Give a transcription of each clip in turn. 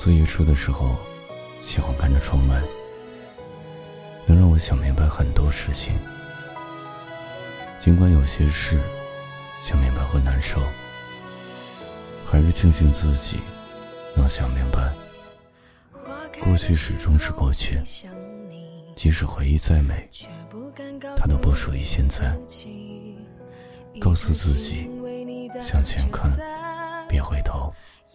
次夜车的时候，喜欢看着窗外，能让我想明白很多事情。尽管有些事想明白会难受，还是庆幸自己能想明白。过去始终是过去，即使回忆再美，它都不属于现在。告诉自己向前看，别回头。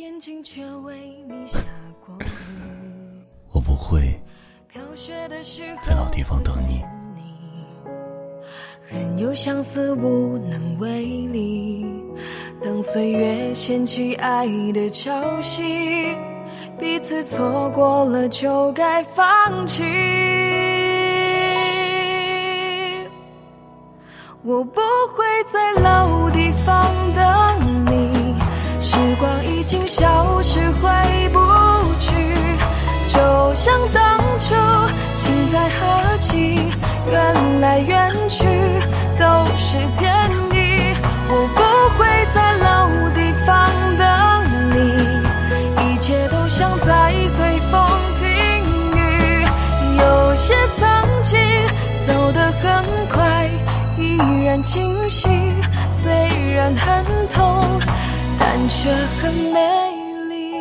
我不会在老地方等你。 人有相思无能为力，当岁月掀起爱的潮汐，彼此错过了就该放弃。我不会在老地方等你，时光已经消失回不去，就像当初情在何期，缘来缘去都是天意。我不会在老地方等你，一切都像在随风停雨。有些曾经走得很快，依然清晰，虽然很痛，但却很美丽。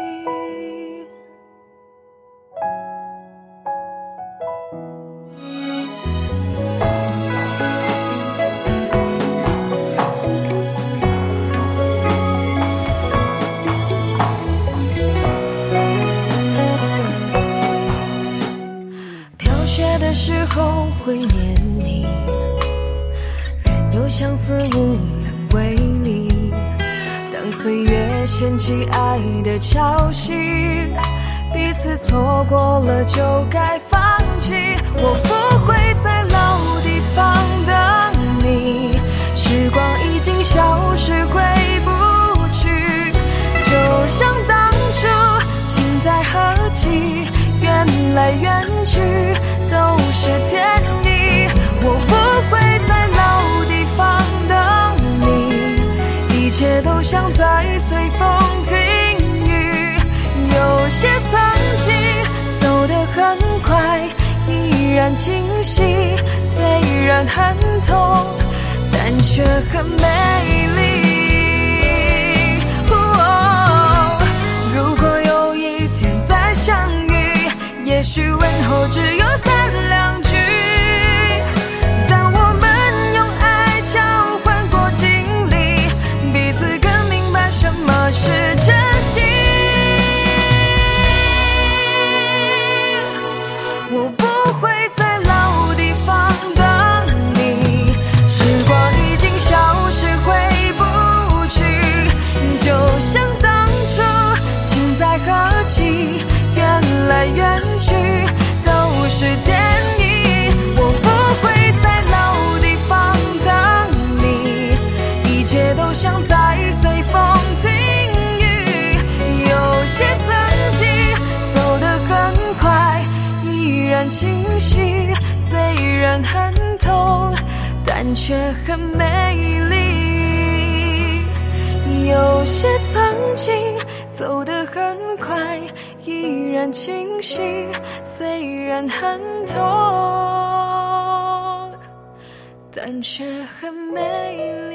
飘雪的时候会念你，人有相思无能为力，当岁月掀起爱的潮汐，彼此错过了就该放弃。我不会在老地方等你，时光已经消失回不去，就像当初情在何期，缘来缘去都是天意。我不会在老地方等你，一切都像在随风停雨。有些曾经走得很快，依然清晰，虽然很痛，但却很美丽。如果有一天再相遇，也许问候只有三两句，当我们用爱交换过经历，彼此更明白什么是真心。我不会在老地方等你，时光已经消失回不去，就像当初情在何期，缘来缘去都是天意。我不会在老地方等你，一切都像在随风停雨。有些曾经走得很快，依然清晰，虽然很痛，但却很美丽。有些曾经走得很快，依然清晰，虽然很痛，但却很美丽。